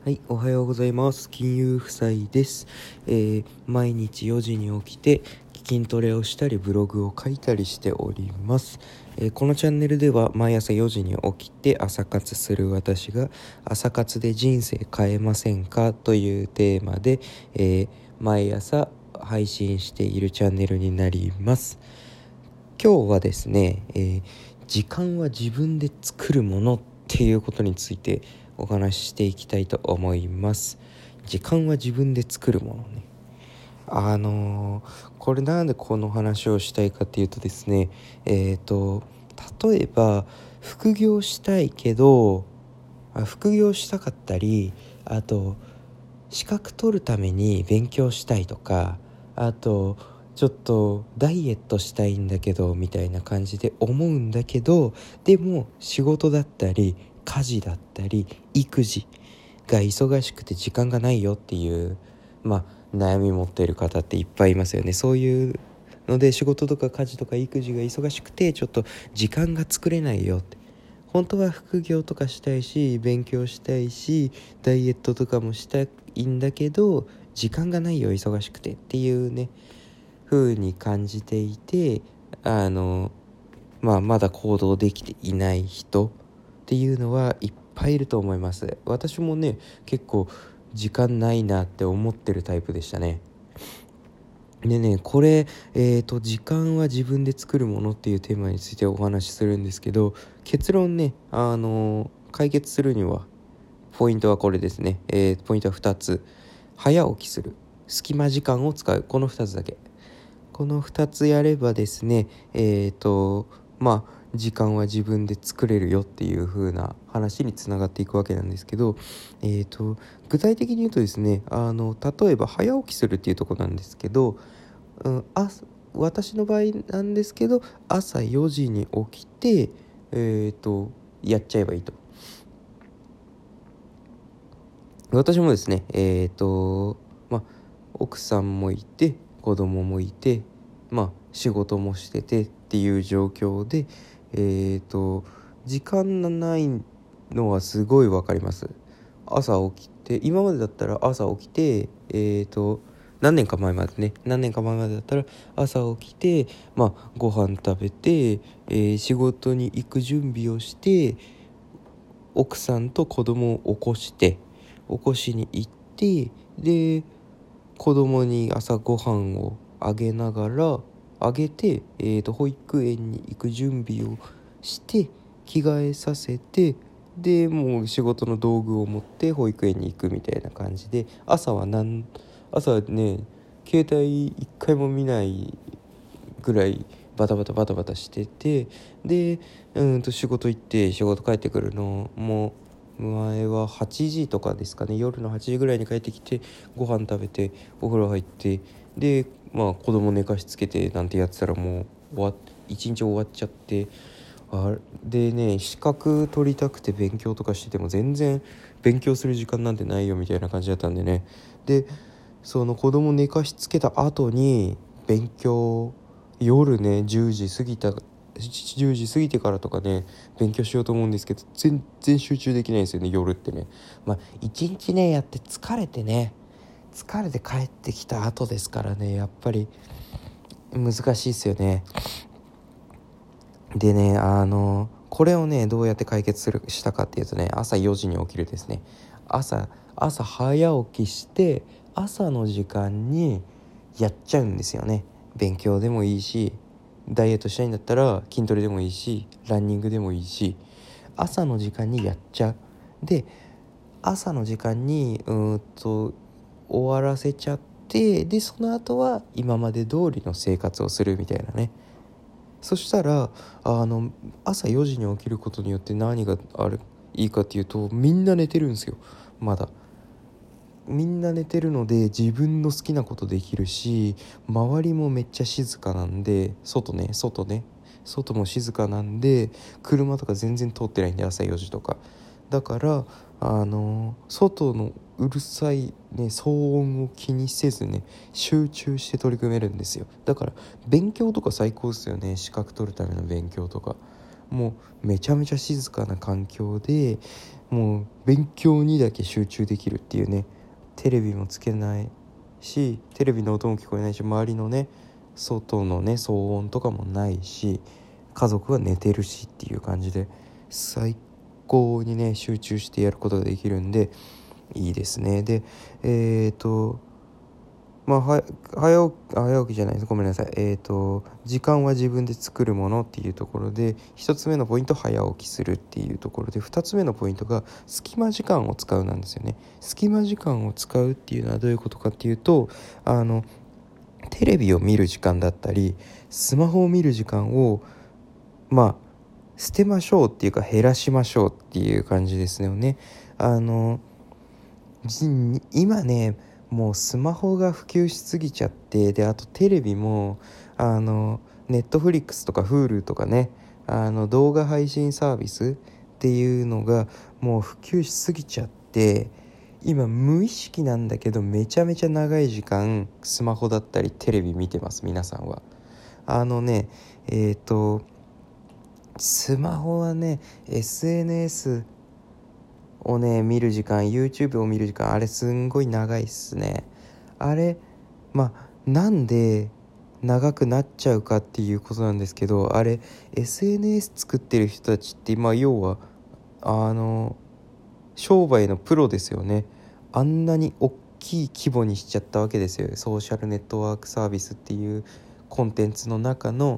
はい、おはようございます。金融夫妻です。毎日4時に起きて筋トレをしたりブログを書いたりしております。このチャンネルでは毎朝4時に起きて朝活する私が朝活で人生変えませんかというテーマで、毎朝配信しているチャンネルになります。今日はですね、時間は自分で作るものっていうことについてお話ししていきたいと思います。時間は自分で作るものね。これなんでこの話をしたいかっていうとですね、例えば副業したいけど、副業したかったり、あと資格取るために勉強したいとか、あとちょっとダイエットしたいんだけどみたいな感じで思うんだけど、でも仕事だったり家事だったり育児が忙しくて時間がないよっていう、悩み持っている方っていっぱいいますよね。そういうので仕事とか家事とか育児が忙しくてちょっと時間が作れないよって、本当は副業とかしたいし勉強したいしダイエットとかもしたいんだけど時間がないよ忙しくてっていうね風に感じていて、まだ行動できていない人っていうのはいっぱいいると思います。私もね結構時間ないなって思ってるタイプでしたね。でね、これ、時間は自分で作るものっていうテーマについてお話しするんですけど、結論ね、解決するには、ポイントはこれですね。ポイントは2つ。早起きする。隙間時間を使う。この2つだけ。この2つやればですね、時間は自分で作れるよっていう風な話につながっていくわけなんですけど、具体的に言うとですね、例えば早起きするっていうところなんですけど、うん、私の場合なんですけど、朝4時に起きて、やっちゃえばいいと。私もですね、奥さんもいて、子供もいて、仕事もしててっていう状況で、時間がないのはすごいわかります。朝起きて、今までだったら朝起きて、何年か前までだったら朝起きて、ご飯食べて、仕事に行く準備をして、奥さんと子供を起こしに行って、で子供に朝ごはんをあげて、保育園に行く準備をして着替えさせて、でもう仕事の道具を持って保育園に行くみたいな感じで、朝ね携帯一回も見ないぐらいバタバタしてて、で仕事行って仕事帰ってくるのも前は8時とかですかね、夜の8時ぐらいに帰ってきてご飯食べてお風呂入って、で子供寝かしつけてなんてやってたらもう一日終わっちゃって、でね資格取りたくて勉強とかしてても全然勉強する時間なんてないよみたいな感じだったんでね。でその子供寝かしつけた後に勉強、夜ね10時過ぎてからとかね勉強しようと思うんですけど全然集中できないんですよね、夜ってね。一日ねやって疲れて帰ってきた後ですからね、やっぱり難しいですよね。でねこれをねどうやって解決したかっていうとね、朝4時に起きるですね。朝早起きして朝の時間にやっちゃうんですよね。勉強でもいいし、ダイエットしたいんだったら筋トレでもいいし、ランニングでもいいし、朝の時間にやっちゃう。で朝の時間に終わらせちゃって、でその後は今まで通りの生活をするみたいなね。そしたら朝4時に起きることによって何がいいかっていうと、みんな寝てるんですよ。まだみんな寝てるので自分の好きなことできるし、周りもめっちゃ静かなんで、外も静かなんで、車とか全然通ってないんで朝4時とかだから、外のうるさいね騒音を気にせずね集中して取り組めるんですよ。だから勉強とか最高ですよね。資格取るための勉強とかもうめちゃめちゃ静かな環境でもう勉強にだけ集中できるっていうね。テレビもつけないし、テレビの音も聞こえないし、周りのね外のね騒音とかもないし、家族は寝てるしっていう感じで最高にね集中してやることができるんでいいですね。でまあ早起きじゃないです、ごめんなさい。時間は自分で作るものっていうところで、一つ目のポイント早起きするっていうところで、二つ目のポイントが隙間時間を使うなんですよね。隙間時間を使うっていうのはどういうことかっていうと、テレビを見る時間だったりスマホを見る時間を捨てましょうっていうか減らしましょうっていう感じですよね。今ねもうスマホが普及しすぎちゃって、であとテレビもネットフリックスとか Hulu とかね、動画配信サービスっていうのがもう普及しすぎちゃって、今無意識なんだけどめちゃめちゃ長い時間スマホだったりテレビ見てます。皆さんはスマホはね SNS をね見る時間、 YouTube を見る時間、あれすんごい長いっすね。あれなんで長くなっちゃうかっていうことなんですけど、あれ SNS 作ってる人たちって要は商売のプロですよね。あんなに大きい規模にしちゃったわけですよ。ソーシャルネットワークサービスっていうコンテンツの中の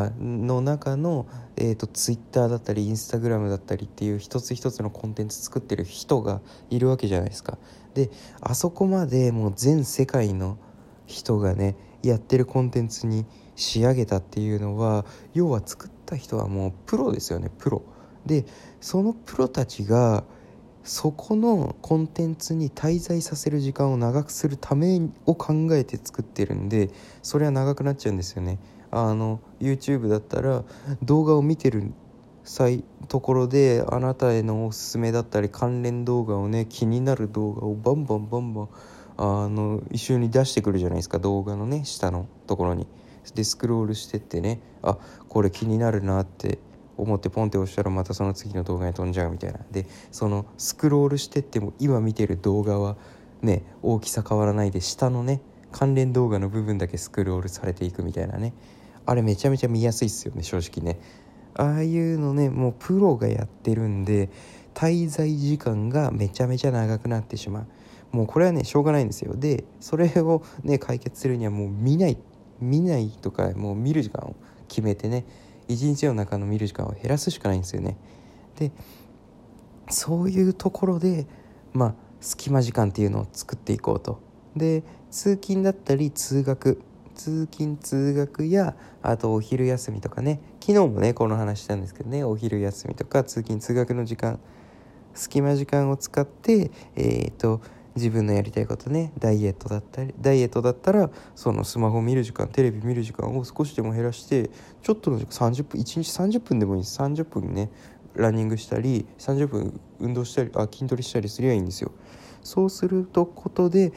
ツイッターだったりインスタグラムだったりっていう一つ一つのコンテンツ作ってる人がいるわけじゃないですか。であそこまでもう全世界の人がねやってるコンテンツに仕上げたっていうのは、要は作った人はもうプロですよね、プロで。そのプロたちがそこのコンテンツに滞在させる時間を長くするためを考えて作ってるんで、それは長くなっちゃうんですよね。YouTube だったら動画を見てるところであなたへのおすすめだったり関連動画をね、気になる動画をバンバンバンバン一緒に出してくるじゃないですか、動画のね下のところに。でスクロールしてってね、これ気になるなって思ってポンって押したらまたその次の動画に飛んじゃうみたいな。でそのスクロールしてっても今見てる動画はね大きさ変わらないで、下のね関連動画の部分だけスクロールされていくみたいなね。あれめちゃめちゃ見やすいっすよね、正直ね。ああいうのねもうプロがやってるんで滞在時間がめちゃめちゃ長くなってしまう。もうこれはねしょうがないんですよ。でそれをね解決するにはもう見ないとか、もう見る時間を決めてね、一日の中の見る時間を減らすしかないんですよね。でそういうところで隙間時間っていうのを作っていこうと。で通勤だったり通勤通学やあとお昼休みとかね、昨日もねこの話したんですけどね、お昼休みとか通勤通学の時間、隙間時間を使って自分のやりたいことね、ダイエットだったらそのスマホ見る時間、テレビ見る時間を少しでも減らして、ちょっとの時間30分、1日30分でもいいです。30分ねランニングしたり30分運動したり筋トレしたりすりゃいいんですよ。そうすることで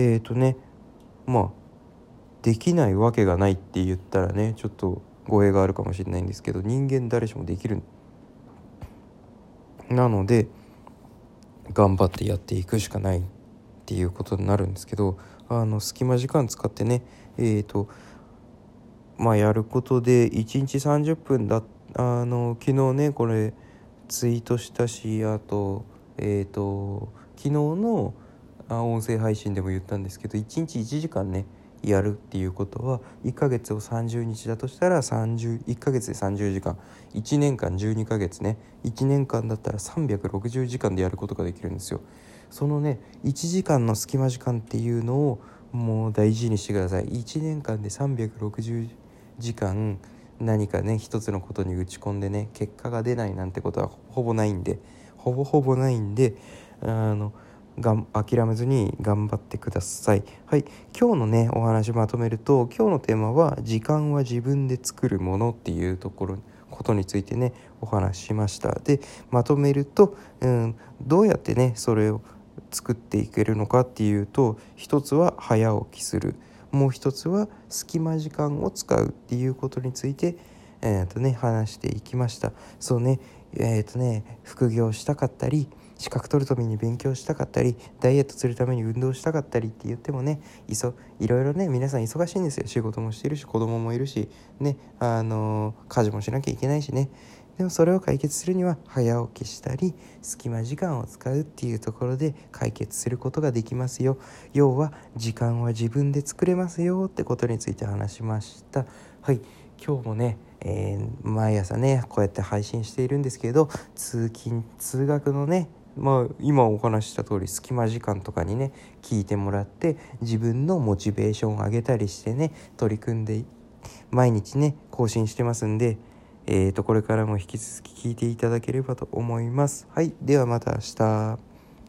できないわけがないって言ったらねちょっと語弊があるかもしれないんですけど、人間誰しもできる。なので頑張ってやっていくしかないっていうことになるんですけど、隙間時間使ってねやることで1日30分だ。昨日ねこれツイートしたし、あと昨日の音声配信でも言ったんですけど、1日1時間ねやるっていうことは1ヶ月を30日だとしたら1ヶ月で30時間、1年間12ヶ月ね、1年間だったら360時間でやることができるんですよ。そのね1時間の隙間時間っていうのをもう大事にしてください。1年間で360時間何かね一つのことに打ち込んでね結果が出ないなんてことはほぼないんで諦めずに頑張ってください。はい、今日のねお話まとめると、今日のテーマは時間は自分で作るものっていうことについてねお話ししました。でまとめると、どうやってねそれを作っていけるのかっていうと、一つは早起きする、もう一つは隙間時間を使うっていうことについて話していきました。そうね副業したかったり資格取るために勉強したかったり、ダイエットするために運動したかったりって言ってもね、いろいろね、皆さん忙しいんですよ。仕事もしてるし、子供もいるしね、家事もしなきゃいけないしね。でもそれを解決するには早起きしたり隙間時間を使うっていうところで解決することができますよ。要は時間は自分で作れますよってことについて話しました。はい、今日もね、毎朝ねこうやって配信しているんですけど、通勤通学のね、今お話しした通り隙間時間とかにね聞いてもらって自分のモチベーションを上げたりしてね取り組んで毎日ね更新してますんで、これからも引き続き聞いていただければと思います。はい、ではまた明日。